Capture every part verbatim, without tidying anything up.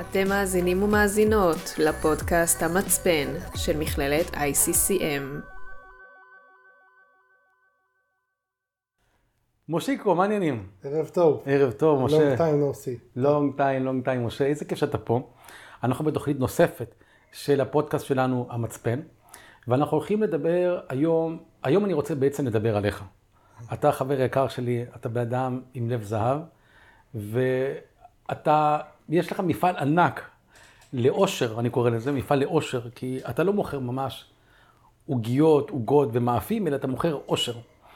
אתם מאזינים ומאזינות לפודקאסט המצפן של מכללת איי סי סי אם. מושיקו, מה העניינים? ערב טוב. ערב טוב, משה. Long time no see. Long time, long time, משה. איזה כיף שאתה פה. אנחנו בתוכנית נוספת של הפודקאסט שלנו, המצפן, ואנחנו הולכים לדבר היום, היום אני רוצה בעצם לדבר עליך. אתה חבר יקר שלי, אתה בן אדם עם לב זהב, ואתה, יש לך מפעל ענק לאושר, אני קורא לזה, מפעל לאושר, כי אתה לא מוכר ממש עוגיות, עוגות ומאפים, אלא אתה מוכר אושר.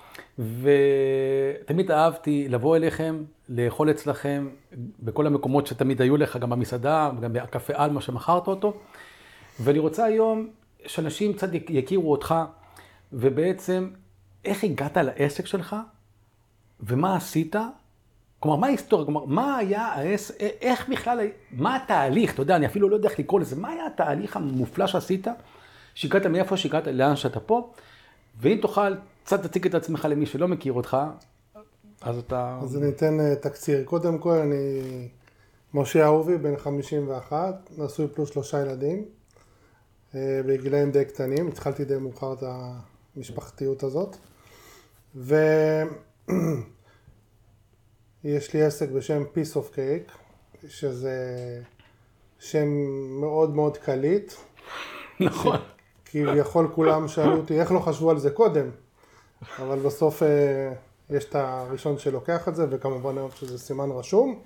ותמיד אהבתי לבוא אליכם, לאכול אצלכם, בכל המקומות שתמיד היו לך, גם במסעדה, גם בקפה אלמה שמכרת אותו. ואני רוצה היום שאנשים קצת יכירו אותך, ובעצם איך הגעת לעסק שלך, ומה עשית, כלומר, מה ההיסטוריה, כלומר, מה היה העסק, איך בכלל, מה התהליך, אתה יודע, אני אפילו לא יודע איך לקרוא לזה, מה היה התהליך המופלא שעשית, שהגעת מאיפה שהגעת, לאן שאתה פה, ואם תוכל קצת תציג את עצמך למי שלא מכיר אותך, אז אתה... אז אני אתן תקציר. קודם כל, אני משה אהובי, בן חמישים ואחת, נשוי פלוס שלושה ילדים, בגילאים די קטנים, התחלתי די מאוחר את המשפחתיות הזאת, ויש לי עסק בשם Piece of Cake, שזה שם מאוד מאוד קליט. נכון. כביכול כולם שאלו אותי, איך לא חשבו על זה קודם? אבל בסוף יש את הראשון שלוקח את זה, וכמובן היום שזה סימן רשום.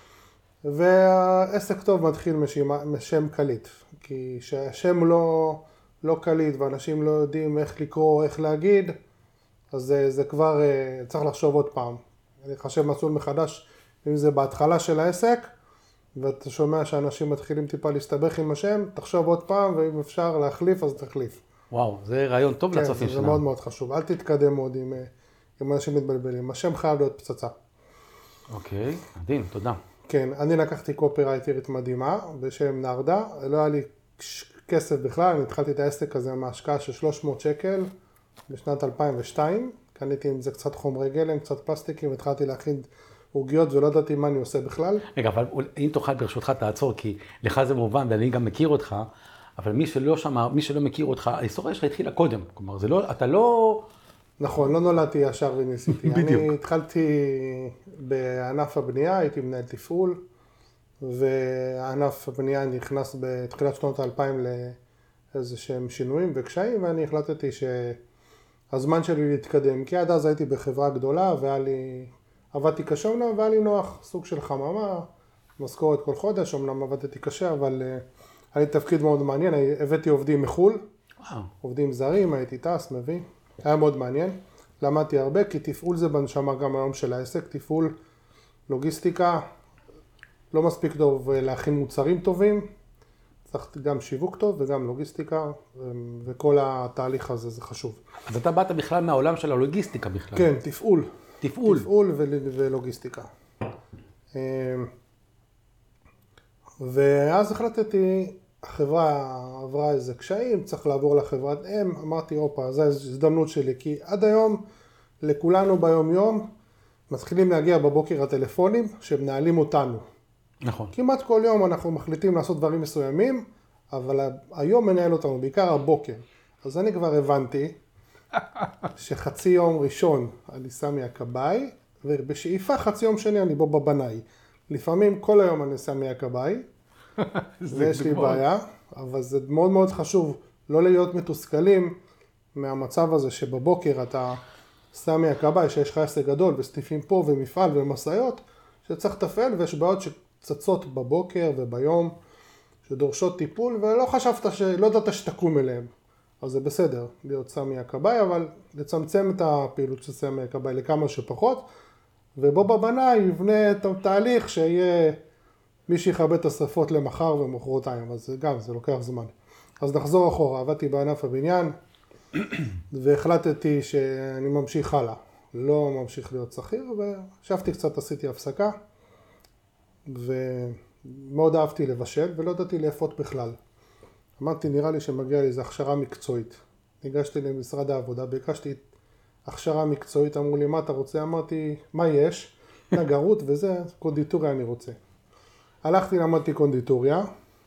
והעסק טוב מתחיל משם קליט, כי שהשם לא, לא קליט ואנשים לא יודעים איך לקרוא, איך להגיד, אז זה, זה כבר צריך לחשוב עוד פעם. אני חושב מסלול מחדש, אם זה בהתחלה של העסק, ואתה שומע שאנשים מתחילים טיפה להסתבך עם השם, תחשוב עוד פעם, ואם אפשר להחליף, אז תחליף. וואו, זה רעיון טוב כן, לצופים שלנו. זה מאוד מאוד חשוב. אל תתקדם עוד עם, עם אנשים מתבלבלים. השם חייב להיות פצצה. אוקיי, מדהים, תודה. כן, אני לקחתי קופירייטרית מדהימה בשם נרדה. לא היה לי כסף בכלל, אני התחלתי את העסק הזה מההשקעה של שלוש מאות שקל בשנת אלפיים ושתיים. קניתי עם זה קצת חומרי גלם, קצת פלסטיקים, התחלתי להכין עוגיות ולא ידעתי מה אני עושה בכלל. רגע, אבל אם תוכל ברשותך תעצור, כי לך זה מובן ואני גם מכיר אותך, אבל מי שלא שמע, מי שלא מכיר אותך, ההיסטוריה שלך התחילה קודם. כלומר, זה לא, אתה לא... נכון, לא נולדתי ישר וניסיתי. בדיוק. אני התחלתי בענף הבנייה, הייתי מנהל תפעול, וענף הבנייה נכנס בתחילת שנות האלפיים לאיזה שהם שינויים וקשיים, ואני החלטתי שהזמן שלי להתקדם, כי עד אז הייתי בחברה גדולה, והיה לי, עבדתי קשה אומנם, והיה לי נוח, סוג של חממה, משכורת כל חודש, אומנם עבדתי קשה, אבל היה לי תפקיד מאוד מעניין, הבאתי עובדים מחול, וואו. עובדים זרים, הייתי טס, מביא. היה מאוד מעניין. למדתי הרבה, כי תפעול זה בנשמה גם היום של העסק. תפעול, לוגיסטיקה, לא מספיק טוב להכין מוצרים טובים. צריך גם שיווק טוב וגם לוגיסטיקה, וכל התהליך הזה זה חשוב. אז אתה באת בכלל מהעולם של הלוגיסטיקה בכלל. כן, תפעול. תפעול. תפעול ולוגיסטיקה. ואז החלטתי, החברה עברה איזה קשיים, צריך לעבור לחברת אם, אמרתי, אופה, זו הזדמנות שלי, כי עד היום, לכולנו ביום יום, מתחילים להגיע בבוקר הטלפונים שמנהלים אותנו. נכון. כמעט כל יום אנחנו מחליטים לעשות דברים מסוימים, אבל היום מנהל אותנו, בעיקר הבוקר. אז אני כבר הבנתי שחצי יום ראשון אני סמי הכבאי, ובשאיפה חצי יום שני אני בו בבנאי. לפעמים כל היום אני סמי הכבאי, ויש לי בעיה, אבל זה מאוד מאוד חשוב לא להיות מתוסכלים מהמצב הזה שבבוקר אתה סמי הכבאי, שיש לך עסק גדול וסטיפים פה ומפעל ומסעיות, שצריך לטפל, ויש בעיות שצצות בבוקר וביום, שדורשות טיפול, ולא חשבת, שלא ידעת שתקום אליהם. אז זה בסדר להיות סמי הכבאי, אבל לצמצם את הפעילות של סמי הכבאי לכמה שפחות, ובו בבנאי יבנה את התהליך שיהיה מי שיכבה את השרפות למחר ומחרתיים, אז גם זה לוקח זמן. אז נחזור אחורה, עבדתי בענף הבניין, והחלטתי שאני ממשיך הלאה, לא ממשיך להיות שכיר, ושבתי קצת, עשיתי הפסקה, ומאוד אהבתי לבשל, ולא ידעתי לאפות בכלל. אמרתי, נראה לי שמגיע לי איזו הכשרה מקצועית. ניגשתי למשרד העבודה, ביקשתי הכשרה מקצועית, אמרו לי, מה אתה רוצה? אמרתי, מה יש? נגרות וזה, קונדיטוריה אני רוצה. הלכתי, למדתי קונדיטוריה.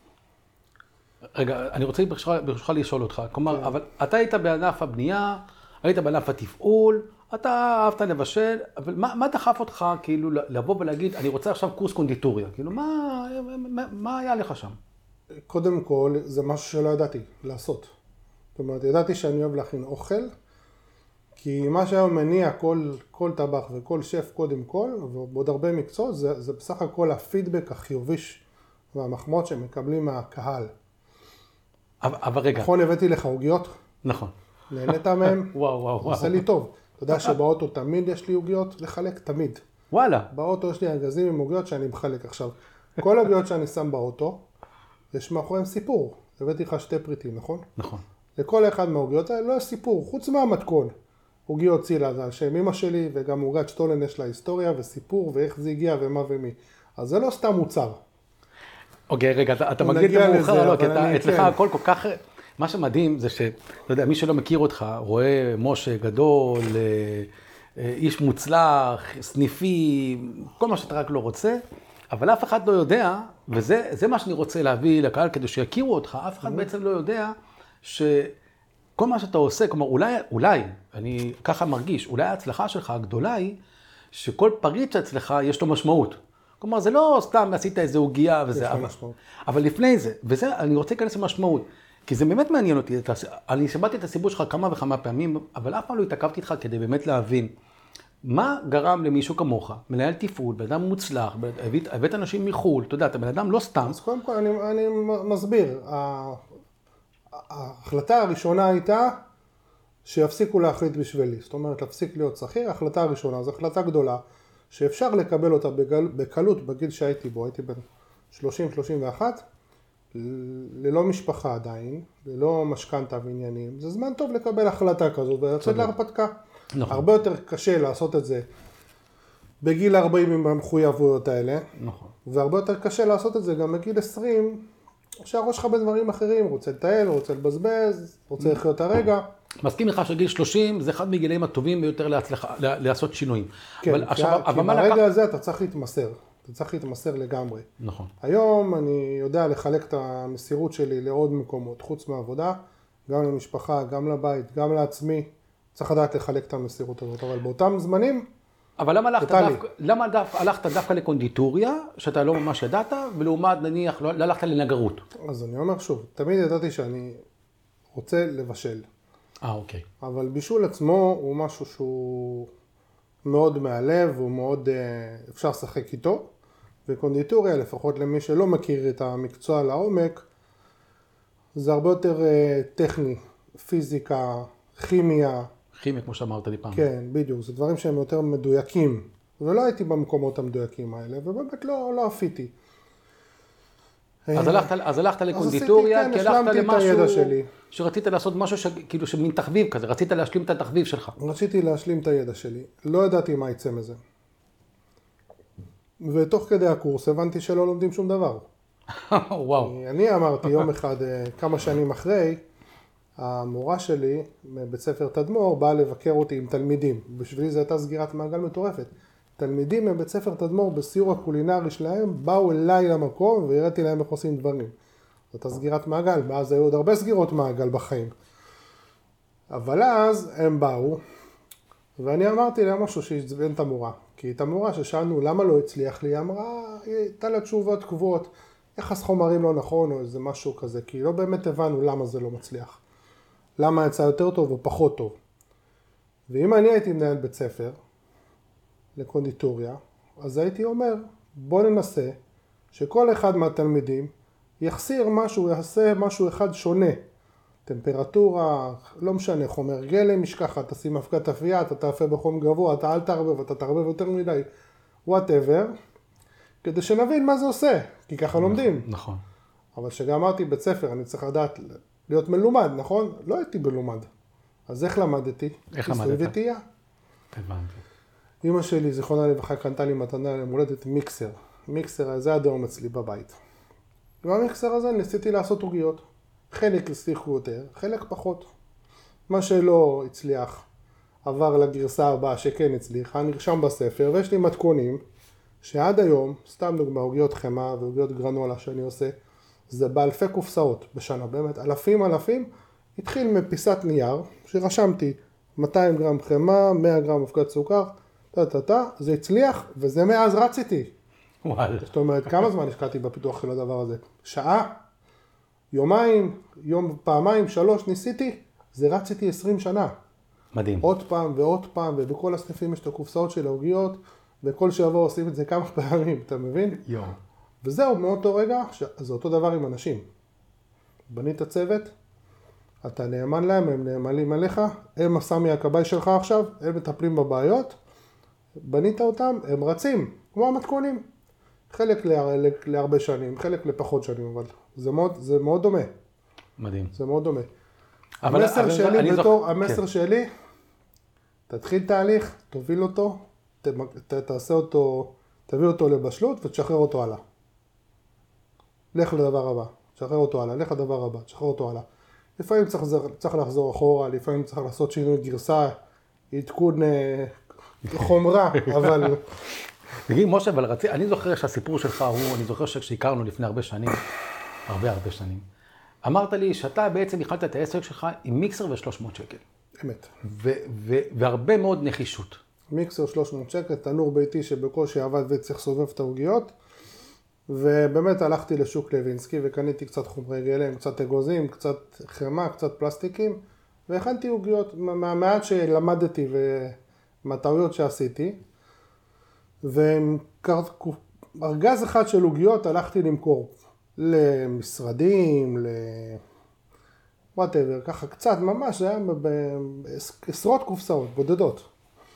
רגע, אני רוצה ברשותך לשאול אותך. כלומר, אבל אתה היית בענף הבנייה, היית בענף התפעול, אתה אהבת לבשל, אבל מה, מה דחף אותך כאילו לבוא ולהגיד, אני רוצה עכשיו קורס קונדיטוריה? כאילו, מה, מה, מה היה לך שם? קודם כל, זה משהו שלא ידעתי לעשות. זאת אומרת, ידעתי שאני אוהב להכין אוכל, כי מה שהיום מניע כל, כל טבח וכל שף קודם כל, ועוד הרבה מקצועות, זה, זה בסך הכל הפידבק החיובי והמחמאות שמקבלים מהקהל. אבל, אבל רגע. נכון, הבאתי לך עוגיות? נכון. נהנית מהם? וואו, וואו, וואו. עושה לי טוב. אתה יודע שבאוטו תמיד יש לי עוגיות לחלק? תמיד. וואלה. באוטו יש לי ארגזים עם עוגיות שאני מחלק עכשיו. כל העוגיות שאני שם באוטו, יש מאחוריהם סיפור. הבאתי לך שתי פריטים, נכון? נכון. לכל אחד מהעוגיות האלה לא יש סיפור, חוץ מהמתכון. עוגיות צילה, זה על שם אמא שלי, וגם עוגת שטולן יש לה היסטוריה וסיפור, ואיך זה הגיע ומה ומי. אז זה לא סתם מוצר. אוקיי, רגע, אתה, אתה מקדים את המאוחר, לא, כי אתה, אצלך כן. הכל כל כך... מה שמדהים זה שאתה יודע, מי שלא מכיר אותך, רואה משה גדול, איש מוצלח, סניפי, כל מה שאתה רק לא רוצה, אבל אף אחד לא יודע, וזה זה מה שאני רוצה להביא לקהל כדי שיכירו אותך, אף אחד בעצם לא יודע שכל מה שאתה עושה, כלומר, אולי, אולי, אני ככה מרגיש, אולי ההצלחה שלך הגדולה היא, שכל פריט שאצלך יש לו משמעות. כלומר, זה לא סתם עשית איזו עוגיה וזה, אבל, אבל לפני זה, וזה, אני רוצה להיכנס למשמעות. כי זה באמת מעניין אותי, אני שמעתי את הסיפור שלך כמה וכמה פעמים, אבל אף פעם לא התעכבתי איתך כדי באמת להבין מה גרם למישהו כמוך, מנהל תפעול, בן אדם מוצלח, הבאת אנשים מחול, אתה יודע, אתה בן אדם לא סתם. אז קודם כל אני, אני מסביר, ההחלטה הראשונה הייתה שיפסיקו להחליט בשבילי, זאת אומרת להפסיק להיות שכיר, ההחלטה הראשונה זו החלטה גדולה, שאפשר לקבל אותה בגל, בקלות בגיל שהייתי בו, הייתי בן שלושים שלושים ואחת, ללא משפחה עדיין, ללא משכנתה ועניינים, זה זמן טוב לקבל החלטה כזאת ולצאת להרפתקה. נכון. הרבה יותר קשה לעשות את זה בגיל ארבעים עם המחויבויות האלה, נכון. והרבה יותר קשה לעשות את זה גם בגיל עשרים, שהראש שלך בדברים אחרים, רוצה לטייל, רוצה לבזבז, רוצה לחיות הרגע. מסכים לך שגיל שלושים זה אחד מגילאים הטובים ביותר להצלחה, לעשות שינויים. כן, אבל, כי, עכשיו, כי אבל ברגע לקח... הזה אתה צריך להתמסר. אתה צריך להתמסר לגמרי. נכון. היום אני יודע לחלק את המסירות שלי לעוד מקומות, חוץ מהעבודה, גם למשפחה, גם לבית, גם לעצמי. צריך לדעת לחלק את המסירות הזאת, אבל באותם זמנים... אבל למה הלכת, דווקא, למה דווקא, הלכת דווקא לקונדיטוריה, שאתה לא ממש ידעת, ולעומת נניח לא, לא הלכת לנגרות? אז אני אומר שוב, תמיד ידעתי שאני רוצה לבשל. אה, אוקיי. אבל בישול עצמו הוא משהו שהוא מאוד מהלב, הוא מאוד אפשר לשחק איתו. וקונדיטוריה, לפחות למי שלא מכיר את המקצוע לעומק, זה הרבה יותר טכני, פיזיקה, כימיה. כימיה, כמו שאמרת לי פעם. כן, בדיוק, זה דברים שהם יותר מדויקים. ולא הייתי במקומות המדויקים האלה, ובאמת לא, לא אפיתי. אז הלכת, אז הלכת לקונדיטוריה, כי הלכת למשהו שרצית לעשות משהו ש... כאילו שמין תחביב כזה, רצית להשלים את התחביב שלך. רציתי להשלים את הידע שלי, לא ידעתי מה יצא מזה. ותוך כדי הקורס הבנתי שלא לומדים שום דבר. וואו. אני אמרתי יום אחד, כמה שנים אחרי, המורה שלי מבית ספר תדמור באה לבקר אותי עם תלמידים. בשבילי זו הייתה סגירת מעגל מטורפת. תלמידים מבית ספר תדמור בסיור הקולינרי שלהם באו אליי למקום והראיתי להם איך עושים דברים. זאת הסגירת מעגל, ואז היו עוד הרבה סגירות מעגל בחיים. אבל אז הם באו, ואני אמרתי להם משהו שהצבן את המורה. כי את המורה ששאלנו למה לא הצליח לי, היא אמרה, הייתה לה תשובות קבועות, יחס חומרים לא נכון או איזה משהו כזה, כי לא באמת הבנו למה זה לא מצליח. למה יצא יותר טוב או פחות טוב. ואם אני הייתי מנהל בית ספר, לקונדיטוריה, אז הייתי אומר, בוא ננסה שכל אחד מהתלמידים יחסיר משהו, יעשה משהו אחד שונה. טמפרטורה, לא משנה, חומר גלם, משכחת, תשים אבקת אפייה, אתה תאפה בחום גבוה, אתה אל תערבב, אתה תערבב יותר מדי, whatever, כדי שנבין מה זה עושה, כי ככה לומדים. נכון. אבל שגמרתי בית ספר, אני צריך לדעת להיות מלומד, נכון? לא הייתי מלומד. אז איך למדתי? איך למדת? ניסוי וטעייה. הבנתי. אמא שלי, זיכרונה לברכה, קנתה לי מתנה למולדת מיקסר. מיקסר, זה הדאום אצלי בבית. ובמיקסר הזה ניסיתי לעשות עוגיות. חלק הצליחו יותר, חלק פחות. מה שלא הצליח עבר לגרסה הבאה שכן הצליחה, נרשם בספר, ויש לי מתכונים שעד היום, סתם דוגמה, עוגיות חמה ועוגיות גרנולה שאני עושה, זה באלפי קופסאות בשנה, באמת אלפים אלפים, התחיל מפיסת נייר, שרשמתי מאתיים גרם חמה, מאה גרם אבקת סוכר, טה טה טה, זה הצליח, וזה מאז רציתי. וואלה. זאת אומרת, כמה זמן השקעתי בפיתוח של הדבר הזה? שעה? יומיים? יום, פעמיים, שלוש, ניסיתי? זה רציתי עשרים שנה. מדהים. עוד פעם ועוד פעם, ובכל הסניפים יש את הקופסאות של העוגיות, וכל שבוע עושים את זה כמה פעמים, אתה מבין? יו. וזהו, מאותו רגע, זה אותו דבר עם אנשים. בנית צוות, אתה נאמן להם, הם נאמנים עליך, הם הסמי הכבאי שלך עכשיו, הם מטפלים בבעיות, בנית אותם, הם רצים, כמו המתכונים. חלק לה, להרבה שנים, חלק לפחות שנים, אבל זה מאוד, זה מאוד דומה. מדהים. זה מאוד דומה. אבל, המסר אבל, שלי אני בתור, זוכ... המסר כן. שלי, תתחיל תהליך, תוביל אותו, ת, ת, תעשה אותו, תביא אותו לבשלות ותשחרר אותו הלאה. לך לדבר הבא, תשחרר אותו הלאה, לך לדבר הבא, תשחרר אותו הלאה. לפעמים צריך, צריך לחזור אחורה, לפעמים צריך לעשות שינוי גרסה, עדכון אה, חומרה, אבל... תגיד, משה, אבל רצי, אני זוכר שהסיפור שלך הוא, אני זוכר שכשהכרנו לפני הרבה שנים, הרבה הרבה שנים, אמרת לי שאתה בעצם החלטת את העסק שלך עם מיקסר ו-שלוש מאות שקל. אמת. ו- ו- והרבה מאוד נחישות. מיקסר שלוש מאות שקל, תנור ביתי שבקושי עבד וצריך סובב את העוגיות, ובאמת הלכתי לשוק לוינסקי וקניתי קצת חומרי גלם, קצת אגוזים, קצת חמה, קצת פלסטיקים, והכנתי עוגיות מהמעט שלמדתי ומהטעויות שעשיתי, וארגז אחד של עוגיות הלכתי למכור למשרדים, ל... whatever, ככה קצת, ממש, זה היה בעשרות קופסאות, בודדות.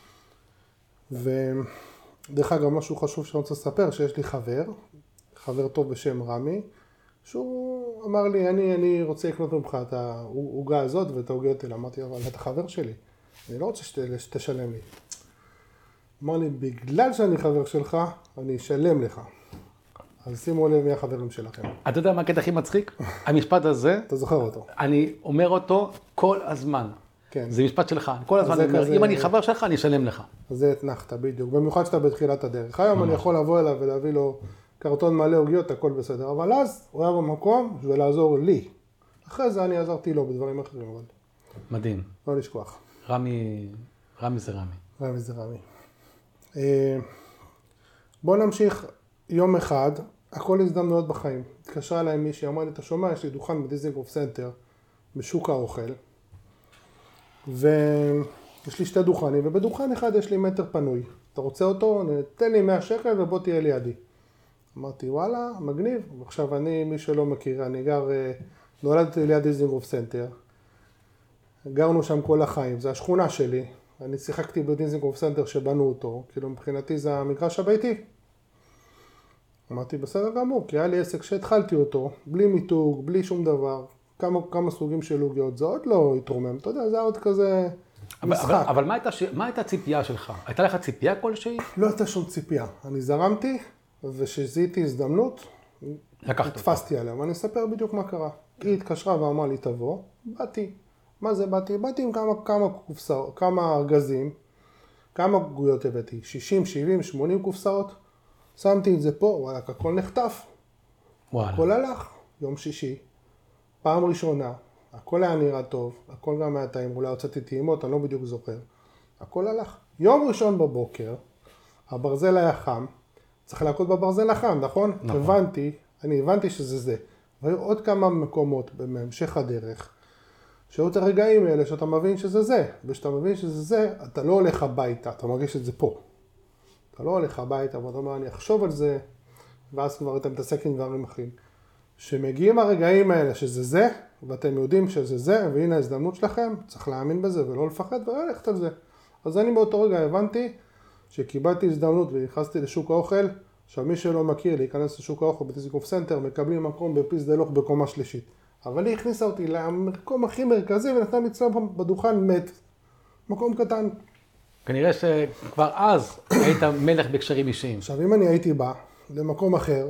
ודרך אגב, משהו חשוב שאני רוצה לספר, שיש לי חבר, חבר טוב בשם רמי, שהוא אמר לי, אני, אני רוצה לקנות ממך את העוגה הזאת ואת העוגיות האלה. אמרתי, אבל אתה חבר שלי, אני לא רוצה שת, שתשלם לי. אמר לי, בגלל שאני חבר שלך, אני אשלם לך. אז שימו לב מי החברים שלכם. אתה יודע מה הקטע הכי מצחיק? המשפט הזה, אתה זוכר אותו. אני אומר אותו כל הזמן. כן. זה משפט שלך. כל הזמן אני אומר, כזה... אם אני חבר שלך, אני אשלם לך. אז זה התנחת בדיוק. במיוחד שאתה בתחילת הדרך. היום אני יכול לבוא אליו ולהביא לו קרטון מלא עוגיות, הכל בסדר. אבל אז הוא היה במקום ולעזור לי. אחרי זה אני עזרתי לו בדברים אחרים. אבל... מדהים. לא לשכוח. רמי, רמי זה רמי. רמי זה רמי. בואו נמשיך. יום אחד, הכל הזדמנויות בחיים. התקשרה אליי מישהי, אמרה לי, אתה שומע, יש לי דוכן בדיזינגוף סנטר, בשוק האוכל, ויש לי שתי דוכנים, ובדוכן אחד יש לי מטר פנוי. אתה רוצה אותו? תן לי מאה שקל ובוא תהיה לידי. אמרתי, וואלה, מגניב. עכשיו אני, מי שלא מכיר, אני גר, נולדתי ליד דיזינגוף סנטר, גרנו שם כל החיים, זה השכונה שלי, אני שיחקתי בדיזינגוף סנטר שבנו אותו, כאילו מבחינתי זה המגרש הביתי. אמרתי, בסדר גמור, כי היה לי עסק שהתחלתי אותו, בלי מיתוג, בלי שום דבר, כמה, כמה סוגים של עוגיות, זה עוד לא התרומם, אתה יודע, זה עוד כזה אבל, משחק. אבל, אבל מה הייתה, מה הייתה הציפייה שלך? הייתה לך ציפייה כלשהי? לא הייתה שום ציפייה, אני זרמתי, ושזיהיתי הזדמנות, התפסתי עליה, ואני אספר בדיוק מה קרה. היא התקשרה ואמרה לי, תבוא, באתי. מה זה באתי? באתי עם כמה, כמה קופסאות, כמה ארגזים, כמה עוגיות הבאתי, שישים, שבעים, שמונים קופסאות, שמתי את זה פה, וואלה, הכל נחטף. וואלה. הכל הלך, יום שישי, פעם ראשונה, הכל היה נראה טוב, הכל גם היה טעים, אולי הוצאתי טעימות, אני לא בדיוק זוכר. הכל הלך. יום ראשון בבוקר, הברזל היה חם, צריך להכות בברזל החם, נכון? נכון. הבנתי, אני הבנתי שזה זה. והיו עוד כמה מקומות בהמשך הדרך, שהיו את הרגעים האלה שאתה מבין שזה זה, ושאתה מבין שזה זה, אתה לא הולך הביתה, אתה מרגיש את זה פה. אתה לא הולך הביתה, ואתה אומר, אני אחשוב על זה, ואז כבר אתה מתעסק עם דברים אחרים. שמגיעים הרגעים האלה שזה זה, ואתם יודעים שזה זה, והנה ההזדמנות שלכם, צריך להאמין בזה ולא לפחד וללכת על זה. אז אני באותו רגע הבנתי שקיבלתי הזדמנות ונכנסתי לשוק האוכל, עכשיו מי שלא מכיר להיכנס לשוק האוכל בדיזינגוף סנטר, מקבלים מקום בפיס דלוך בקומה שלישית. אבל היא הכניסה אותי למקום הכי מרכזי ונתנה לי צלם בדוכן מת. מקום קטן. כנראה שכבר אז היית מלך בקשרים אישיים. עכשיו, אם אני הייתי בא למקום אחר,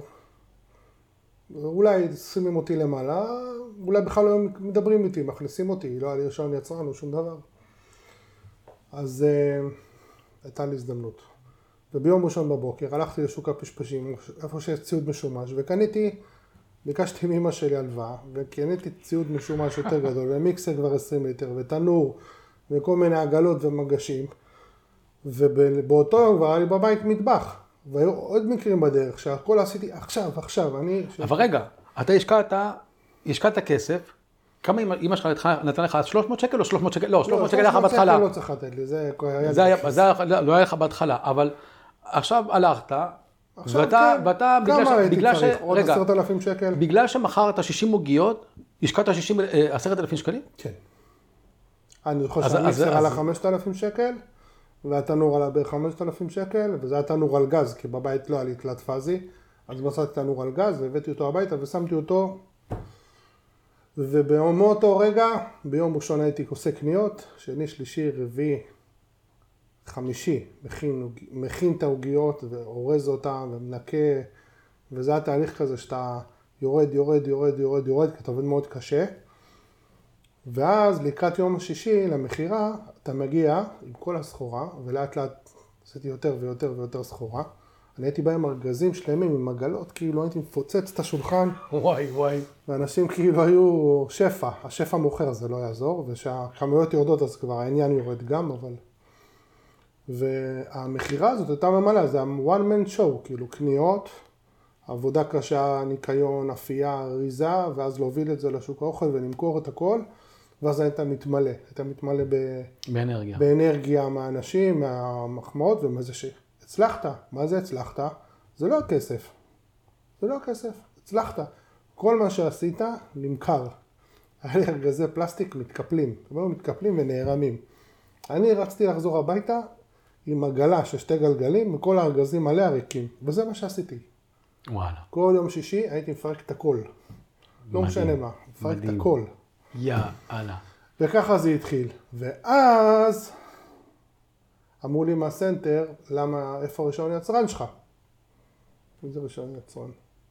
אולי שימים אותי למעלה, אולי בכלל לא מדברים איתי, מכניסים אותי, לא היה לי ראשון יצרן או שום דבר. אז uh, הייתה לי הזדמנות. וביום ראשון בבוקר הלכתי לשוק הפשפשים, איפה שיש ציוד משומש, וקניתי, ביקשתי מאמא שלי הלוואה, וקניתי ציוד משומש יותר גדול, ומיקסר כבר עשרים ליטר, ותנור, וכל מיני עגלות ומגשים, ובאותו יום כבר היה לי בבית מטבח, והיו עוד מקרים בדרך, שהכל עשיתי עכשיו, עכשיו, אני... אבל רגע, אתה השקעת, השקעת כסף, כמה אמא שלך נתן לך שלוש מאות שקל או שלוש מאות שקל? לא, שלוש מאות שקל היה לך בהתחלה. לא, שלוש מאות שקל לא צריך לתת לי, זה היה... זה לא היה לך בהתחלה, אבל עכשיו הלכת, ואתה, בגלל ש... עוד עשרת אלפים שקל? בגלל שמכרת שישים עוגיות, השקעת עשרת אלפים שקלים? כן. אני חושב שהמיקסר עלה חמשת אלפים שקל, והתנור עלה ב-חמשת אלפים שקל, וזה היה תנור על גז, כי בבית לא היה לי תלת פאזי, אז מצאתי תנור על גז, והבאתי אותו הביתה ושמתי אותו, ובאותו רגע, ביום ראשון הייתי עושה קניות, שני, שלישי, רביעי, חמישי, מכין, מכין את העוגיות ואורז אותם ומנקה, וזה היה תהליך כזה שאתה יורד, יורד, יורד, יורד, יורד, כי אתה עובד מאוד קשה. ואז לקראת יום השישי למחירה, אתה מגיע עם כל הסחורה, ולאט לאט עשיתי יותר ויותר ויותר סחורה. אני הייתי בא עם ארגזים שלמים, עם עגלות, כאילו הייתי מפוצץ את השולחן. וואי, וואי. ואנשים כאילו היו שפע, השפע מוכר, זה לא יעזור, ושהכמויות יורדות אז כבר העניין יורד גם, אבל... והמחירה הזאת הייתה ממלאה, זה ה-one man show, כאילו קניות, עבודה קשה, ניקיון, אפייה, אריזה, ואז להוביל את זה לשוק האוכל ולמכור את הכל, ואז הייתה מתמלא, הייתה מתמלא ב... באנרגיה. באנרגיה מהאנשים, מהמחמאות ומזה שהצלחת. מה זה הצלחת? זה לא הכסף. זה לא הכסף, הצלחת. כל מה שעשית נמכר. היה לי ארגזי פלסטיק מתקפלים, אבל מתקפלים ונערמים. אני רציתי לחזור הביתה עם עגלה של שתי גלגלים, וכל הארגזים עליה ריקים, וזה מה שעשיתי. וואלה. כל יום שישי הייתי מפרק את הכל. לא משנה מה, מפרק את הכל. יאללה. וככה זה התחיל. ואז אמרו לי מהסנטר, למה, איפה רישיון יצרן שלך? איזה רישיון יצרן?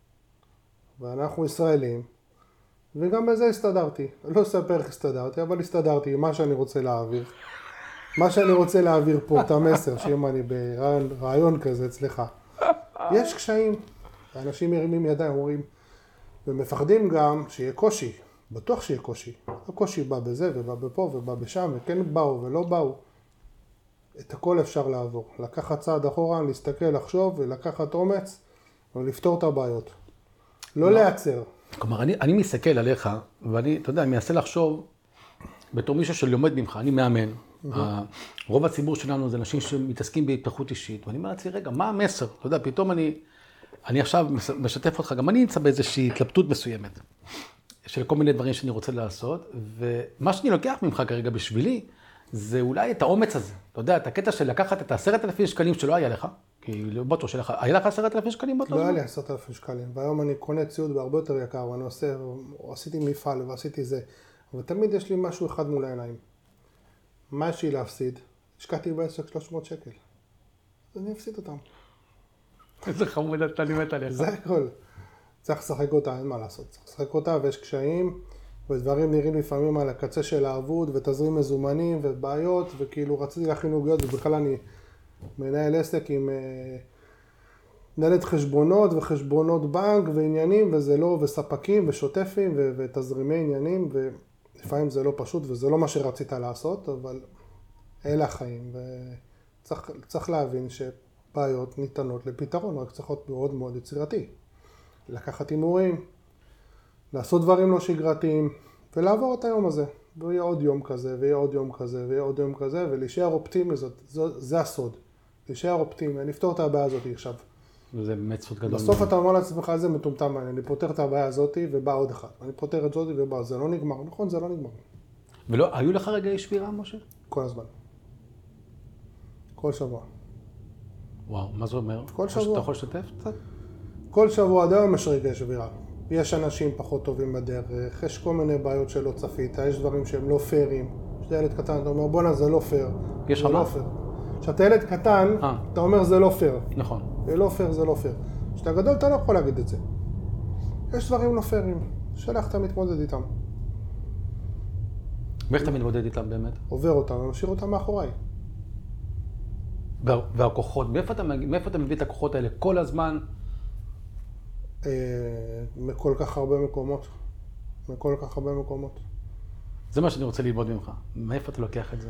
ואנחנו ישראלים, וגם בזה הסתדרתי. לא אספר איך הסתדרתי, אבל הסתדרתי עם מה שאני רוצה להעביר. מה שאני רוצה להעביר פה את המסר, שאם אני ברעיון כזה אצלך. יש קשיים, האנשים מרימים ידיים, אומרים, ומפחדים גם שיהיה קושי. בטוח שיהיה קושי. הקושי בא בזה ובא בפה ובא בשם, וכן באו ולא באו. את הכל אפשר לעבור. לקחת צעד אחורה, להסתכל, לחשוב ולקחת אומץ ולפתור את הבעיות. לא להיעצר. כלומר, אני, אני מסתכל עליך, ואני, אתה יודע, אני מנסה לחשוב בתור מישהו שלומד ממך, אני מאמן. רוב הציבור שלנו זה אנשים שמתעסקים בהתפתחות אישית, ואני אומר לעצמי, רגע, מה המסר? אתה יודע, פתאום אני, אני עכשיו משתף אותך, גם אני נמצא באיזושהי התלבטות מסוימת, של כל מיני דברים שאני רוצה לעשות, ומה שאני לוקח ממך כרגע בשבילי, זה אולי את האומץ הזה. אתה יודע, את הקטע של לקחת את העשרת אלפים שקלים שלא היה לך, כי לא בטוח שלך, היה לך עשרת אלפים שקלים באותו? לא היה לי עשרת אלפים שקלים, והיום אני קונה ציוד בהרבה יותר יקר, ואני עושה, עשיתי מפעל ועשיתי זה, אבל תמיד יש לי משהו אחד מול העיניים. מה יש לי להפסיד? השקעתי בעסק שלוש מאות שקל. אז אני אפסיד אותם. איזה חמוד אתה לימדת עליך. זה הכל. צריך לשחק אותה, אין מה לעשות. צריך לשחק אותה ויש קשיים, ודברים נראים לפעמים על הקצה של הערבות, ותזרים מזומנים ובעיות, וכאילו רציתי להכין עוגיות, ובכלל אני מנהל עסק עם מנהלת חשבונות וחשבונות בנק ועניינים, וזה לא, וספקים ושוטפים ו- ותזרימי עניינים, ולפעמים זה לא פשוט וזה לא מה שרצית לעשות, אבל אלה החיים, וצריך צריך להבין שבעיות ניתנות לפתרון, רק צריך להיות מאוד מאוד יצירתי. לקחת הימורים, לעשות דברים לא שגרתיים, ולעבור את היום הזה. ויהיה עוד יום כזה, ויהיה עוד יום כזה, ויהיה עוד יום כזה, ולהישאר אופטימי, זאת, זה, זה הסוד. להישאר אופטימי, אני אפתור את הבעיה הזאת עכשיו. וזה באמת סוד גדול. בסוף אתה אומר לעצמך, זה מטומטם, אני פותר את הבעיה הזאת, ובא עוד אחד. אני פותר את זאת, ובא, זה לא נגמר. נכון, זה לא נגמר. ולא, היו לך רגעי שבירה, משה? כל הזמן. כל שבוע. וואו, מה זה אומר? כל שבוע. אתה יכול לשתף קצת? כל שבוע, עד היום יש רגעי שבירה. יש אנשים פחות טובים בדרך, יש כל מיני בעיות שלא צפית, יש דברים שהם לא פיירים. כשאתה ילד קטן, אתה אומר, בונה, זה לא פייר. יש לך מה? כשאתה ילד קטן, אה. אתה אומר, זה לא פייר. נכון. זה לא פייר, זה לא פייר. כשאתה גדול, אתה לא יכול להגיד את זה. יש דברים לא פיירים, שלך אתה מתמודד איתם. ואיך אתה מתמודד איתם באמת? עובר אותם ומשאיר אותם מאחוריי. והכוחות, מאיפה אתה, מאיפה אתה מביא את הכוחות האלה כל הזמן? אה, מכל כך הרבה מקומות. מכל כך הרבה מקומות. זה מה שאני רוצה ללמוד ממך. מאיפה אתה לוקח את זה?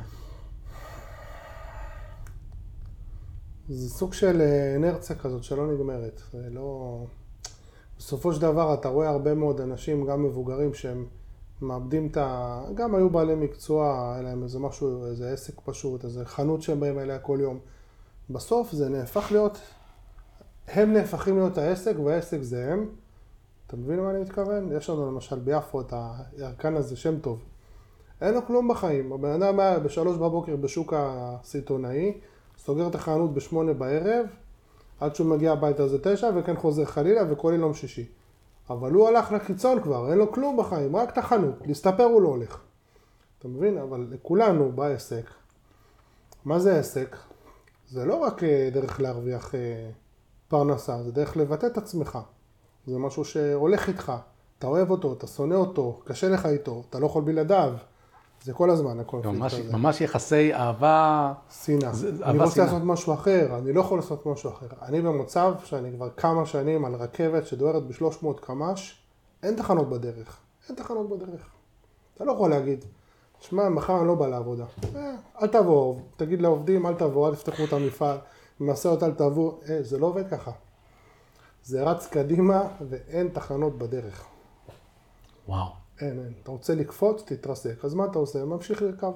זה סוג של אנרציה כזאת שלא נגמרת. זה לא... בסופו של דבר אתה רואה הרבה מאוד אנשים, גם מבוגרים, שהם מאבדים את ה... גם היו בעלי מקצוע, היה להם איזה משהו, איזה עסק פשוט, איזה חנות שהם באים אליה כל יום. בסוף זה נהפך להיות... הם נהפכים להיות העסק, והעסק זה הם. אתה מבין מה אני מתכוון? יש לנו למשל ביפו את הירקן הזה, שם טוב. אין לו כלום בחיים. הבן אדם היה בשלוש בבוקר בשוק הסיטונאי, סוגר את החנות בשמונה בערב, עד שהוא מגיע הביתה זה תשע, וכן חוזר חלילה וכל יום שישי. אבל הוא הלך לקיצון כבר, אין לו כלום בחיים, רק את החנות. להסתפר הוא לא הולך. אתה מבין? אבל לכולנו בעסק. מה זה עסק? זה לא רק דרך להרוויח פרנסה, זה דרך לבטא את עצמך. זה משהו שהולך איתך. אתה אוהב אותו, אתה שונא אותו, קשה לך איתו, אתה לא יכול בלעדיו. זה כל הזמן הקונפליקט ממש, הזה. ממש יחסי אהבה... שנאה. אני רוצה לעשות משהו אחר, אני לא יכול לעשות משהו אחר. אני במצב שאני כבר כמה שנים על רכבת שדוהרת ב-שלוש מאות קמ"ש, אין תחנות בדרך. אין תחנות בדרך. אתה לא יכול להגיד, שמע, מחר אני לא בא לעבודה. אה, אל תבואו, תגיד לעובדים, אל תבואו, אל תפתחו את המפעל, מעשיות אל תבואו. אה, זה לא עובד ככה. זה רץ קדימה ואין תחנות בדרך. וואו. אין, אין. אתה רוצה לקפוץ, תתרסק. אז מה אתה עושה? ממשיך לרכב.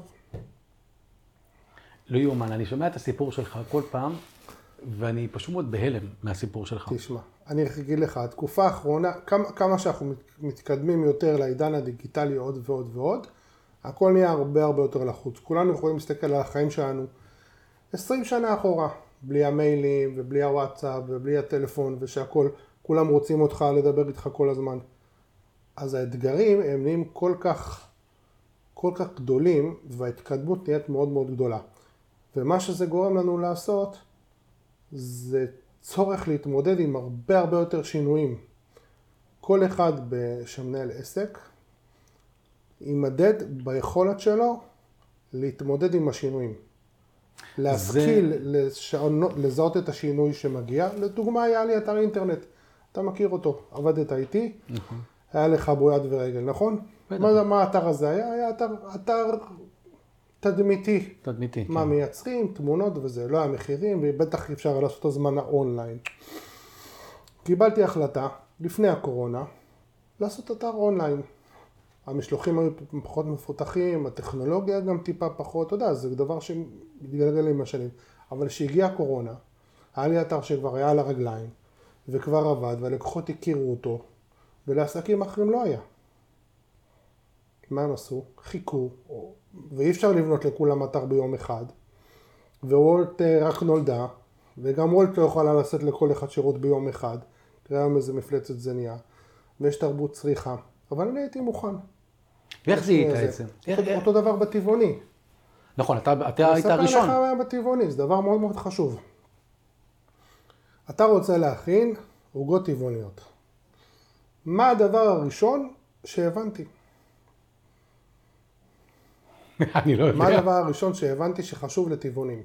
לא יאומן, אני שומע את הסיפור שלך כל פעם, ואני פשוט מאוד בהלם מהסיפור שלך. תשמע, אני אגיד לך, התקופה האחרונה, כמה, כמה שאנחנו מתקדמים יותר לעידן הדיגיטלי עוד ועוד ועוד, הכל נהיה הרבה הרבה יותר לחוץ. כולנו יכולים להסתכל על החיים שלנו עשרים שנה אחורה, בלי המיילים ובלי הוואטסאפ ובלי הטלפון ושהכל, כולם רוצים אותך לדבר איתך כל הזמן. אז האתגרים הם נהיים כל כך, כל כך גדולים, וההתקדמות נהיית מאוד מאוד גדולה. ומה שזה גורם לנו לעשות, זה צורך להתמודד עם הרבה הרבה יותר שינויים. כל אחד שמנהל עסק, יימדד ביכולת שלו להתמודד עם השינויים. להשכיל, זה... לשעונות, לזהות את השינוי שמגיע. לדוגמה, היה לי אתר אינטרנט. אתה מכיר אותו, עבדת איתי. נכון. היה לך בויד ורגל, נכון? מה, מה האתר הזה היה? היה אתר, אתר תדמיתי. תדמיתי, מה כן. מייצרים, תמונות וזה, לא היה מחירים, ובטח אפשר לעשות הזמנה אונליין. קיבלתי החלטה, לפני הקורונה, לעשות אתר אונליין. המשלוחים היו פחות מפותחים, הטכנולוגיה גם טיפה פחות, אתה יודע, זה דבר שמתגלגל עם השנים. אבל כשהגיעה הקורונה, היה לי אתר שכבר היה על הרגליים, וכבר עבד, והלקוחות הכירו אותו, ולעסקים אחרים לא היה. מה הם עשו? חיכו, ואי אפשר לבנות לכולם אתר ביום אחד, ווולט רק נולדה, וגם וולט לא יכולה לעשות לכל אחד שירות ביום אחד, תראה היום איזה מפלצת זה נהיה, ויש תרבות צריכה, אבל אני הייתי מוכן. ואיך זיהית את זה? אותו דבר בטבעוני. נכון, אתה היית הראשון. אני אספר לך מה היה בטבעוני, זה דבר מאוד מאוד חשוב. אתה רוצה להכין עוגות טבעוניות. מה הדבר הראשון שהבנתי? אני לא יודע. מה הדבר הראשון שהבנתי שחשוב לטבעונים?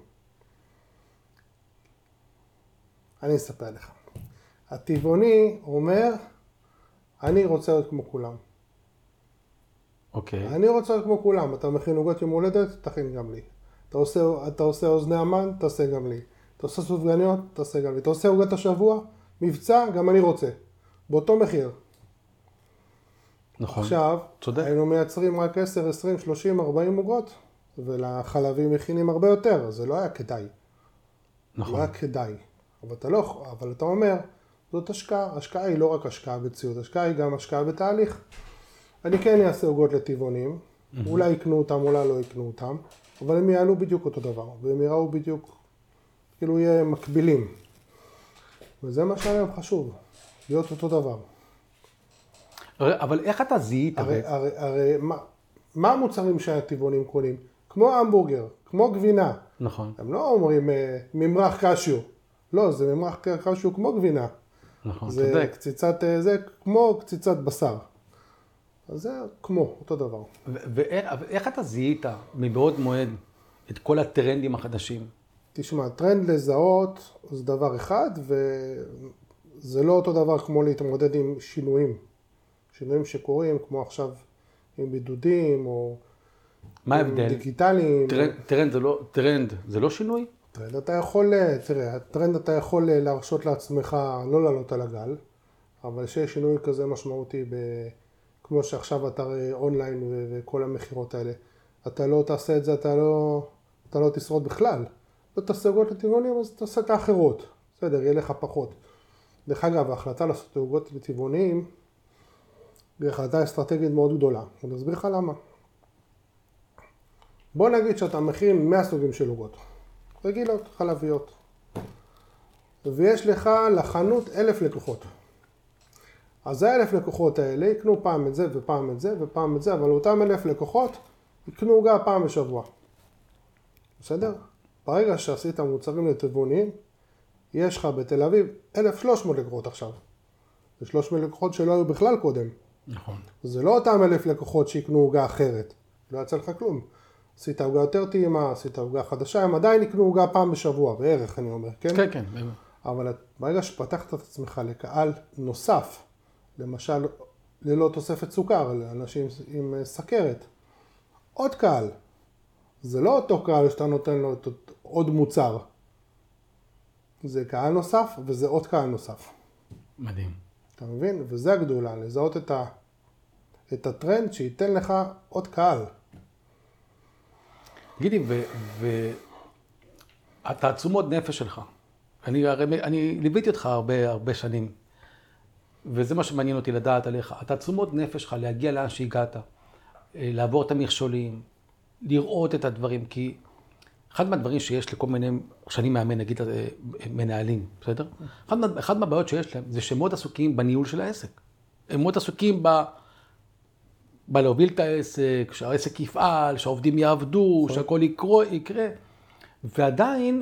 אני אספר לך. הטבעוני אומר, אני רוצה להיות כמו כולם. אוקיי. אני רוצה להיות כמו כולם. אתה מכין עוגות יום הולדת, תכין גם לי. אתה עושה, אתה עושה אוזני המן, תעשה גם לי. אתה עושה סופגניות, תעשה גם לי. אתה עושה עוגת השבוע, מבצע, גם אני רוצה. באותו מחיר. נכון. עכשיו, צודק. היינו מייצרים רק עשר, עשרים, שלושים, ארבעים עוגות, ולחלבים מכינים הרבה יותר, אז זה לא היה כדאי. נכון. לא היה כדאי. אבל אתה לא, אבל אתה אומר, זאת השקעה. השקעה היא לא רק השקעה בציוד, השקעה היא גם השקעה בתהליך. אני כן אעשה עוגות לטבעונים, mm-hmm. אולי יקנו אותם, אולי לא יקנו אותם, אבל הם יעלו בדיוק אותו דבר, והם יראו בדיוק, כאילו יהיה מקבילים. וזה מה שהיום חשוב, להיות אותו דבר. אבל איך אתה זיהית? הרי, הרי, הרי, מה, מה המוצרים שהטבעונים קונים? כמו המבורגר, כמו גבינה. נכון. הם לא אומרים ממרח קשיו. לא, זה ממרח קשיו כמו גבינה. נכון, זה צודק. קציצת, זה כמו קציצת בשר. אז זה כמו, אותו דבר. ואיך אתה זיהית מבעוד מועד את כל הטרנדים החדשים? תשמע, טרנד לזהות זה דבר אחד, וזה לא אותו דבר כמו להתמודד עם שינויים. שינויים שקורים, כמו עכשיו עם בידודים, או מה ההבדל? דיגיטליים. טרנד, טרנד, זה לא, טרנד זה לא שינוי? טרנד אתה יכול, תראה, טרנד אתה יכול להרשות לעצמך לא לעלות על הגל, אבל שיש שינוי כזה משמעותי, ב... כמו שעכשיו אתה רואה אונליין ו... וכל המחירות האלה, אתה לא תעשה את זה, אתה לא, אתה לא תשרוד בכלל. לא תעשה עוגות לטבעונים, אז תעשה את האחרות. בסדר, יהיה לך פחות. דרך אגב, ההחלטה לעשות עוגות לטבעונים, היא החלטה אסטרטגית מאוד גדולה. אני אסביר לך למה. בוא נגיד שאתה מכין מאה סוגים של עוגות. רגילות, חלביות. ויש לך לחנות אלף לקוחות. אז האלף לקוחות האלה יקנו פעם את זה ופעם את זה ופעם את זה, אבל אותם אלף לקוחות יקנו עוגה פעם בשבוע. בסדר? ברגע שעשית מוצרים לטבעונים, יש לך בתל אביב אלף ושלוש מאות לקוחות עכשיו. זה שלוש מאות לקוחות שלא היו בכלל קודם. נכון. זה לא אותם אלף לקוחות שיקנו עוגה אחרת. לא יצא לך כלום. עשית עוגה יותר טעימה, עשית עוגה חדשה, הם עדיין יקנו עוגה פעם בשבוע, בערך אני אומר, כן? כן, כן. אבל ברגע שפתחת את עצמך לקהל נוסף, למשל ללא תוספת סוכר, לאנשים עם סכרת, עוד קהל, זה לא אותו קהל שאתה נותן לו עוד מוצר, זה קהל נוסף וזה עוד קהל נוסף. מדהים. אתה מבין? וזה הגדולה, לזהות את, ה, את הטרנד שייתן לך עוד קהל. תגידי, והתעצומות נפש שלך, אני, אני ליוויתי אותך הרבה, הרבה שנים, וזה מה שמעניין אותי לדעת עליך. התעצומות נפש שלך להגיע לאן שהגעת, לעבור את המכשולים, לראות את הדברים, כי אחד מהדברים שיש לכל מיני, שאני מאמן, נגיד מנהלים, בסדר? אחד, אחד מהבעיות שיש להם זה שהם מאוד עסוקים בניהול של העסק. הם מאוד עסוקים ב... בלהוביל את העסק, שהעסק יפעל, שהעובדים יעבדו, שהכל יקרה, יקרה. ועדיין,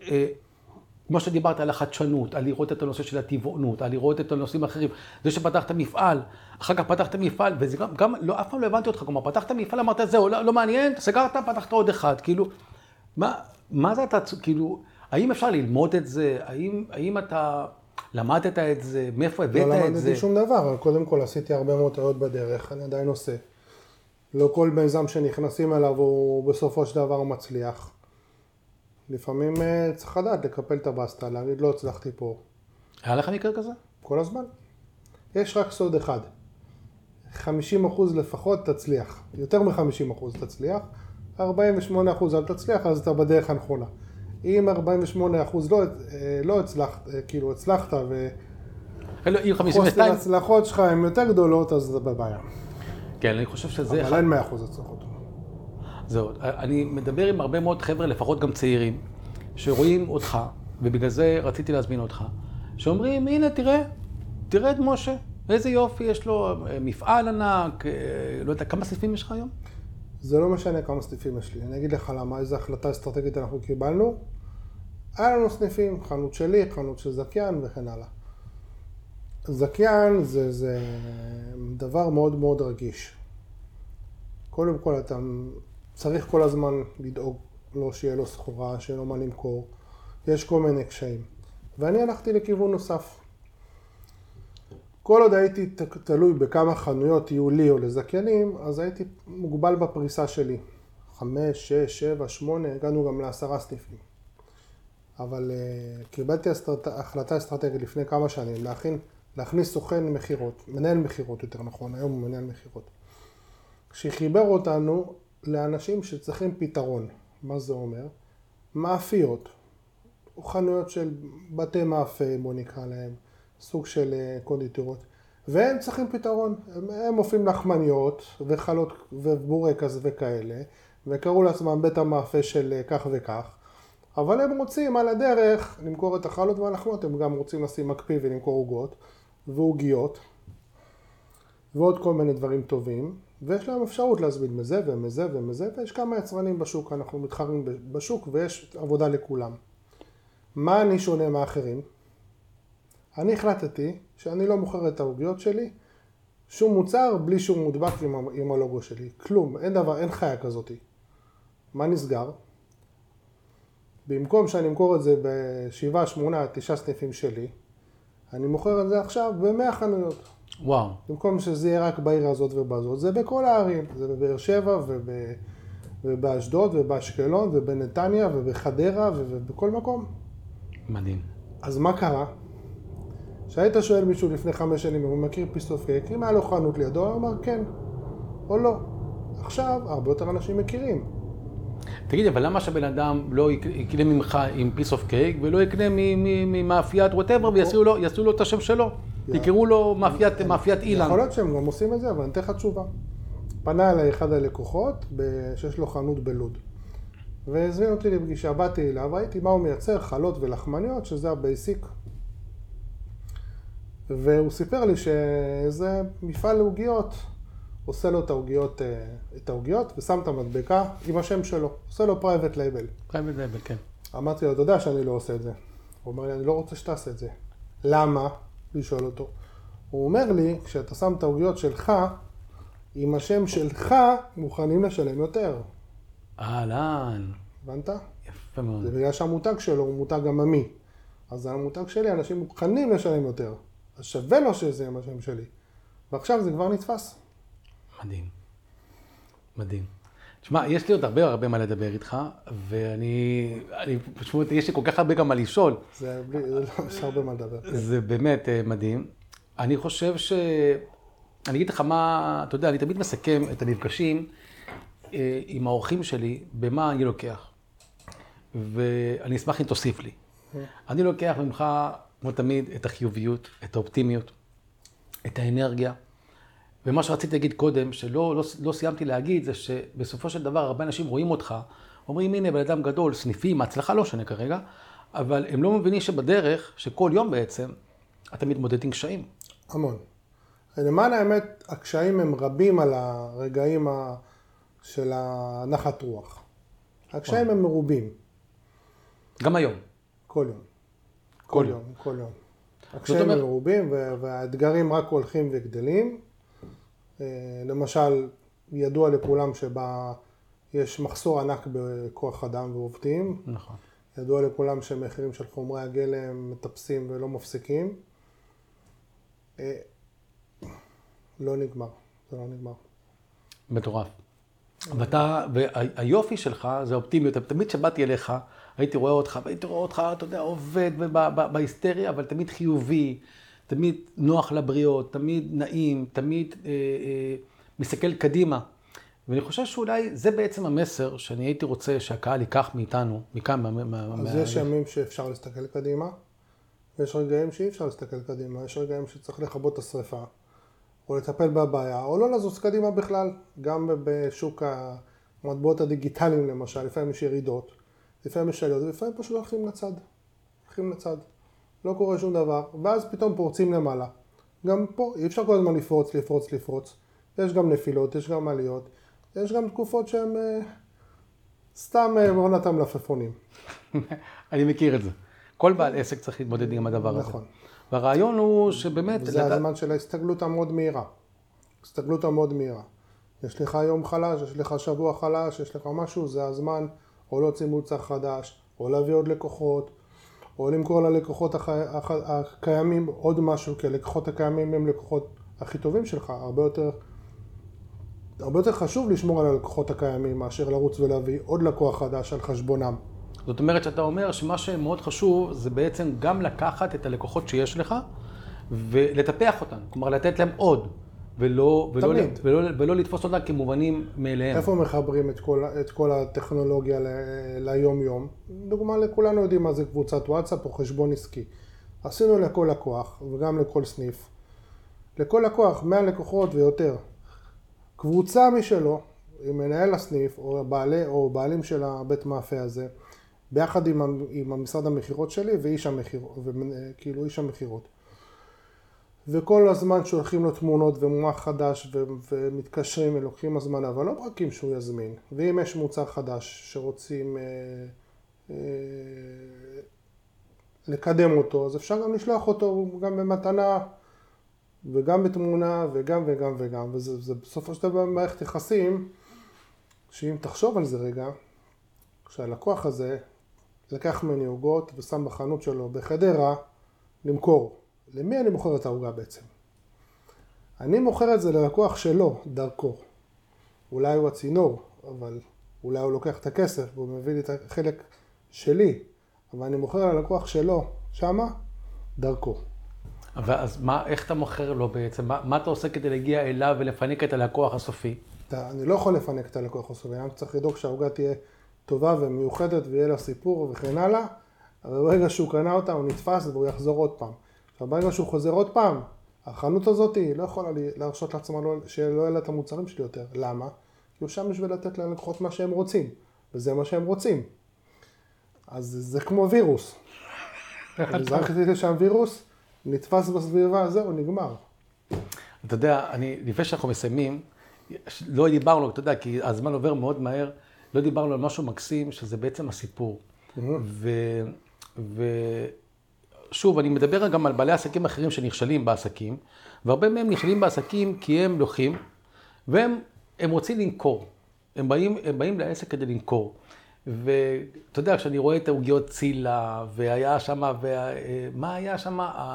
כמו שדיברת על החדשנות, על לראות את הנושא של הטבעונות, על לראות את הנושאים האחרים, זה שפתחת מפעל, אחר כך פתחת מפעל, וזה גם, גם לא, אף פעם לא הבנתי אותך, כלומר, פתחת מפעל, אמרת, זהו, לא, לא מעניין, סגרת, פתחת עוד אחד, כאילו, מה, מה זה אתה, כאילו, האם אפשר ללמוד את זה? האם, האם אתה למדת את זה? מאיפה הבאת לא את זה? לא למדתי שום דבר, קודם כל עשיתי הרבה מאוד טעויות בדרך, אני עדיין עושה. לא כל מיזם שנכנסים אליו הוא בסופו של דבר מצליח. לפעמים צריך לדעת לקפל את הבסטה, להגיד לא הצלחתי פה. היה לך מקרה כזה? כל הזמן. יש רק סוד אחד. חמישים אחוז לפחות תצליח. יותר מ-חמישים אחוז תצליח. ארבעים ושמונה אחוז אל תצליח, אז אתה בדרך הנכונה. אם ארבעים ושמונה אחוז לא, לא הצלחת, כאילו הצלחת ו... אם חמישים ושתיים... חוסר הצלחות שלך הן יותר גדולות, אז זה בבעיה. כן, אני חושב שזה... אבל אין מאה אחוז הצלחות. זהו, אני מדבר עם הרבה מאוד חבר'ה, לפחות גם צעירים, שרואים אותך, ובגלל זה רציתי להזמין אותך, שאומרים, הנה תראה, תראה את משה, איזה יופי, יש לו מפעל ענק, לא יודע, כמה סניפים יש לך היום? זה לא משנה כמה סניפים יש לי, אני אגיד לך למה, איזו החלטה אסטרטגית אנחנו קיבלנו. היה לנו סניפים, חנות שלי, חנות של זכיין וכן הלאה. זכיין זה, זה דבר מאוד מאוד רגיש. קודם כל אתה צריך כל הזמן לדאוג לו שיהיה לו סחורה, שיהיה לו מה למכור. יש כל מיני קשיים. ואני הלכתי לכיוון נוסף. כל עוד הייתי תלוי בכמה חנויות יהיו לי או לזכיינים, אז הייתי מוגבל בפריסה שלי. חמש, שש, שבע, שמונה, הגענו גם לעשרה סניפים. אבל uh, קיבלתי אסטרט... החלטה אסטרטגית לפני כמה שנים להכין, להכניס סוכן מחירות, מנהל מחירות יותר נכון, היום הוא מנהל מחירות. שחיבר אותנו לאנשים שצריכים פתרון. מה זה אומר? מאפיות, או חנויות של בתי מאפה, בוא נקרא להם, סוג של קונדיטורות, והם צריכים פתרון. הם, הם מופיעים לחמניות וחלות ובורקס וכאלה, וקראו לעצמם בית המאפה של כך וכך, אבל הם רוצים על הדרך למכור את החלות והלחמות, הם גם רוצים לשים מקפיא ולמכור עוגות ועוגיות, ועוד כל מיני דברים טובים, ויש להם אפשרות להזמין מזה ומזה ומזה, ויש כמה יצרנים בשוק, אנחנו מתחרים בשוק ויש עבודה לכולם. מה אני שונה מאחרים? אני החלטתי שאני לא מוכר את העוגיות שלי, שום מוצר בלי שום מודבק עם, עם הלוגו שלי. כלום, אין דבר, אין חיה כזאת. מה נסגר? במקום שאני אמכור את זה בשבעה, שמונה, תשעה סניפים שלי, אני מוכר את זה עכשיו במאה חנויות. וואו. במקום שזה יהיה רק בעיר הזאת ובזאת, זה בכל הערים. זה בבאר שבע וב... ובאשדוד ובאשקלון ובנתניה ובחדרה ובכל מקום. מדהים. אז מה קרה? שהיית שואל מישהו לפני חמש שנים, הוא מכיר פיס אוף קייק, אם היה לו חנות לידו, הוא אמר כן או לא. עכשיו, הרבה יותר אנשים מכירים. תגיד, אבל למה שהבן אדם לא יקנה ממך עם פיס אוף קייק, ולא יקנה ממאפיית ווטאבר, ויעשו לו, יעשו לו את השם שלו? יקראו לו מאפיית אילן. יכול להיות שהם גם עושים את זה, אבל אני אתן לך תשובה. פנה אליי אחד הלקוחות, שיש לו חנות בלוד. והזמין אותי לפגישה, באתי אליו, ראיתי מה הוא מייצר, חלות ולחמניות, שזה הבייסיק. והוא סיפר לי שזה מפעל לעוגיות. עושה לו את העוגיות, את העוגיות, ושם את המדבקה עם השם שלו. עושה לו פרייבט לייבל. פרייבט לייבל, כן. אמרתי לו, אתה יודע שאני לא עושה את זה. הוא אומר לי, אני לא רוצה שתעשה את זה. למה? לשאול אותו. הוא אומר לי, כשאתה שם את העוגיות שלך, עם השם שלך, מוכנים לשלם יותר. אהלן. הבנת? יפה מאוד. זה בגלל שהמותג שלו הוא מותג עממי. אז המותג שלי, אנשים מוכנים לשלם יותר. אז שווה לו שזה עם השם שלי. ועכשיו זה כבר נתפס. מדהים. מדהים. תשמע, יש לי עוד הרבה הרבה מה לדבר איתך, ואני, אני, פשוט, יש לי כל כך הרבה גם מה לשאול. זה בלי, זה לא, יש הרבה מה לדבר. זה באמת מדהים. אני חושב ש... אני אגיד לך מה, אתה יודע, אני תמיד מסכם את המפגשים עם האורחים שלי, במה אני לוקח. ואני אשמח אם תוסיף לי. אני לוקח ממך, כמו תמיד, את החיוביות, את האופטימיות, את האנרגיה. ומה שרציתי להגיד קודם, שלא לא, לא סיימתי להגיד, זה שבסופו של דבר הרבה אנשים רואים אותך, אומרים, הנה, בן אדם גדול, סניפים, ההצלחה לא שונה כרגע, אבל הם לא מבינים שבדרך, שכל יום בעצם, אתה מתמודד עם קשיים. המון. למען האמת, הקשיים הם רבים על הרגעים ה... של הנחת רוח. הקשיים הם מרובים. גם היום. כל יום. כל כל יום. יום, כל יום. הקשיים הם מרובים, והאתגרים רק הולכים וגדלים. למשל, ידוע לכולם שבה יש מחסור ענק בכוח אדם ועובדים. נכון. ידוע לכולם שמחירים של חומרי הגלם מטפסים ולא מפסיקים. לא נגמר, זה לא נגמר. מטורף. ואתה, והיופי שלך זה אופטימיות. תמיד שבאתי אליך, הייתי רואה אותך, והייתי רואה אותך, אתה יודע, עובד בהיסטריה, אבל תמיד חיובי, תמיד נוח לבריות, תמיד נעים, תמיד אה, אה, מסתכל קדימה. ואני חושב שאולי זה בעצם המסר שאני הייתי רוצה שהקהל ייקח מאיתנו, מכאן, מה... מה אז מה... יש ימים שאפשר להסתכל קדימה, ויש רגעים שאי אפשר להסתכל קדימה, יש רגעים שצריך לכבות את השריפה. או לטפל בבעיה, או לא לזוז קדימה בכלל. גם בשוק המטבעות הדיגיטליים למשל, לפעמים יש ירידות, לפעמים יש עליות, ולפעמים פשוט הולכים לצד. הולכים לצד. לא קורה שום דבר, ואז פתאום פורצים למעלה. גם פה אי אפשר כל הזמן לפרוץ, לפרוץ, לפרוץ. יש גם נפילות, יש גם עליות, יש גם תקופות שהן אה, סתם עונת אה, המלפפונים. אני מכיר את זה. כל בעל עסק צריך להתמודד עם הדבר הזה. נכון. והרעיון הוא שבאמת... זה לדע... הזמן של ההסתגלות המאוד מהירה. הסתגלות המאוד מהירה. יש לך יום חלש, יש לך שבוע חלש, יש לך משהו, זה הזמן או להוציא מוצר חדש, או להביא עוד לקוחות, או למכור ללקוחות הח... הח... הקיימים עוד משהו, כי הלקוחות הקיימים הם לקוחות הכי טובים שלך. הרבה יותר, הרבה יותר חשוב לשמור על הלקוחות הקיימים, מאשר לרוץ ולהביא עוד לקוח חדש על חשבונם. זאת אומרת שאתה אומר שמה שמאוד חשוב זה בעצם גם לקחת את הלקוחות שיש לך ולטפח אותם, כלומר לתת להם עוד ולא, ולא, ולא, ולא לתפוס אותם כמובנים מאליהם. איפה מחברים את כל, את כל הטכנולוגיה ל, ליום יום? דוגמה לכולנו יודעים מה זה קבוצת וואטסאפ או חשבון עסקי. עשינו לכל לקוח וגם לכל סניף, לכל לקוח מאה לקוחות ויותר. קבוצה משלו, עם מנהל הסניף או, בעלי, או בעלים של הבית מאפה הזה, ביחד עם, עם המשרד המחירות שלי ואיש המחירות, וכאילו איש המחירות. וכל הזמן שולחים לו תמונות ומוח חדש ו, ומתקשרים ולוקחים הזמן, אבל לא ברקים שהוא יזמין. ואם יש מוצר חדש שרוצים אה, אה, לקדם אותו, אז אפשר גם לשלוח אותו גם במתנה וגם בתמונה וגם וגם וגם. וזה זה בסופו של דבר מערכת יחסים, שאם תחשוב על זה רגע, כשהלקוח הזה, לקח ממני עוגות ושם בחנות שלו בחדרה למכור. למי אני מוכר את העוגה בעצם? אני מוכר את זה ללקוח שלו, דרכו. אולי הוא הצינור, אבל אולי הוא לוקח את הכסף והוא מביא לי את החלק שלי, אבל אני מוכר ללקוח שלו, שמה, דרכו. אז מה, איך אתה מוכר לו בעצם? מה, מה אתה עושה כדי להגיע אליו ולפנק את הלקוח הסופי? אתה, אני לא יכול לפנק את הלקוח הסופי, אני צריך לדאוג שהעוגה תהיה טובה ומיוחדת ויהיה לה סיפור וכן הלאה, אבל ברגע שהוא קנה אותה הוא נתפס והוא יחזור עוד פעם. עכשיו ברגע שהוא חוזר עוד פעם, החנות הזאת לא יכולה להרשות לעצמה לא, שלא יהיה לה את המוצרים שלי יותר. למה? כי הוא שם בשביל לתת ללקוחות מה שהם רוצים, וזה מה שהם רוצים. אז זה כמו וירוס. אני זרקתי לשם וירוס, נתפס בסביבה, זהו, נגמר. אתה יודע, אני, לפני שאנחנו מסיימים, לא דיברנו, אתה יודע, כי הזמן עובר מאוד מהר, לא דיברנו על משהו מקסים, שזה בעצם הסיפור. ו... ו... שוב, אני מדבר גם על בעלי עסקים אחרים שנכשלים בעסקים, והרבה מהם נכשלים בעסקים כי הם לוקחים, והם הם רוצים למכור. הם באים, הם באים לעסק כדי למכור. ואתה יודע, כשאני רואה את העוגיות צילה, והיה שם, ומה היה שם?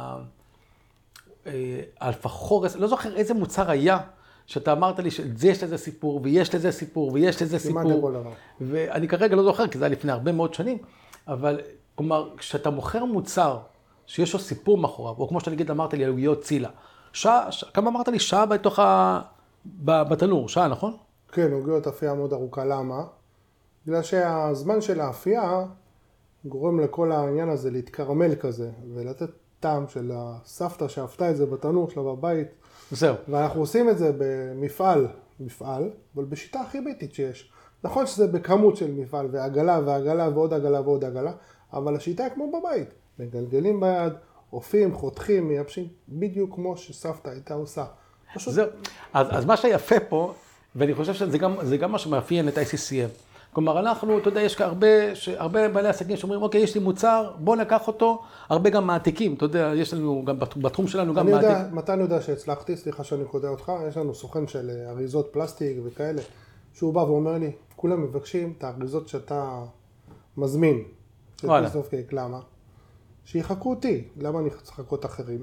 האלפחורס, לא זוכר איזה מוצר היה, שאתה אמרת לי שיש לזה סיפור, ויש לזה סיפור, ויש לזה סיפור. ואני כרגע לא זוכר, כי זה היה לפני הרבה מאוד שנים, אבל כלומר, כשאתה מוכר מוצר, שיש לו סיפור מאחוריו, או כמו שאתה נגיד אמרת לי, על עוגיות צילה. שעה, ש... כמה אמרת לי? שעה בתוך ה... בתנור, שעה, נכון? כן, עוגיות אפייה מאוד ארוכה, למה? בגלל שהזמן של האפייה גורם לכל העניין הזה להתקרמל כזה, ולתת טעם של הסבתא שאפתה את זה בתנור שלה בבית. זהו. ואנחנו עושים את זה במפעל, מפעל, אבל בשיטה הכי ביתית שיש. נכון שזה בכמות של מפעל, ועגלה ועגלה ועוד עגלה ועוד עגלה, אבל השיטה היא כמו בבית. מגלגלים ביד, אופים, חותכים, מייבשים, בדיוק כמו שסבתא הייתה עושה. פשוט... זהו. אז, אז מה שיפה פה, ואני חושב שזה גם, זה גם מה שמאפיין את איי סי סי אם. כלומר, אנחנו, אתה יודע, יש הרבה, הרבה בעלי עסקים שאומרים, אוקיי, יש לי מוצר, בוא נקח אותו, הרבה גם מעתיקים, אתה יודע, יש לנו גם בתחום שלנו גם מעתיק. אני יודע, מתי אני יודע שהצלחתי, סליחה שאני קודע אותך, יש לנו סוכן של אריזות פלסטיק וכאלה, שהוא בא ואומר לי, כולם מבקשים את האריזות שאתה מזמין. וואלה. למה? שיחכו אותי, למה אני צריך לחכות אחרים?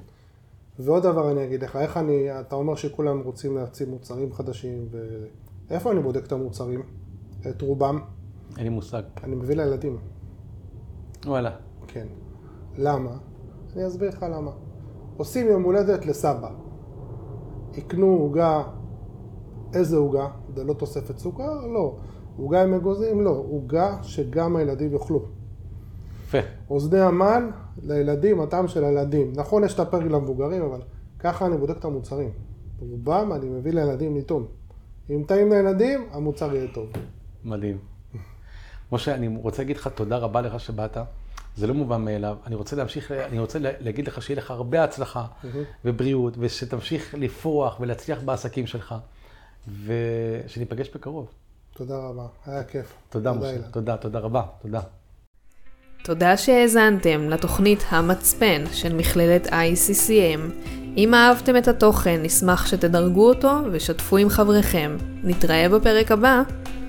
ועוד דבר אני אגיד לך, איך אני, אתה אומר שכולם רוצים להציב מוצרים חדשים, ואיפה אני בודק את המוצרים? את רובם? אין לי מושג. אני מביא לילדים. וואלה. כן. למה? אני אסביר לך למה. עושים יום הולדת לסבא. יקנו עוגה, איזה עוגה? זה לא תוספת סוכר? לא. עוגה עם אגוזים? לא. עוגה שגם הילדים יאכלו. יפה. אוזני המן לילדים, הטעם של הילדים. נכון, יש את הפרק למבוגרים, אבל ככה אני בודק את המוצרים. רובם אני מביא לילדים לטעום. אם טעים לילדים, המוצר יהיה טוב. מדהים. משה, אני רוצה להגיד לך תודה רבה לך שבאת. זה לא מובן מאליו. אני רוצה להמשיך, אני רוצה להגיד לך שיהיה לך הרבה הצלחה ובריאות, ושתמשיך לפרוח ולהצליח בעסקים שלך, ושניפגש בקרוב. תודה רבה, היה כיף. תודה משה, תודה, תודה רבה, תודה. תודה שהאזנתם לתוכנית המצפן של מכללת איי סי סי אם. אם אהבתם את התוכן, נשמח שתדרגו אותו ושתפו עם חבריכם. נתראה בפרק הבא.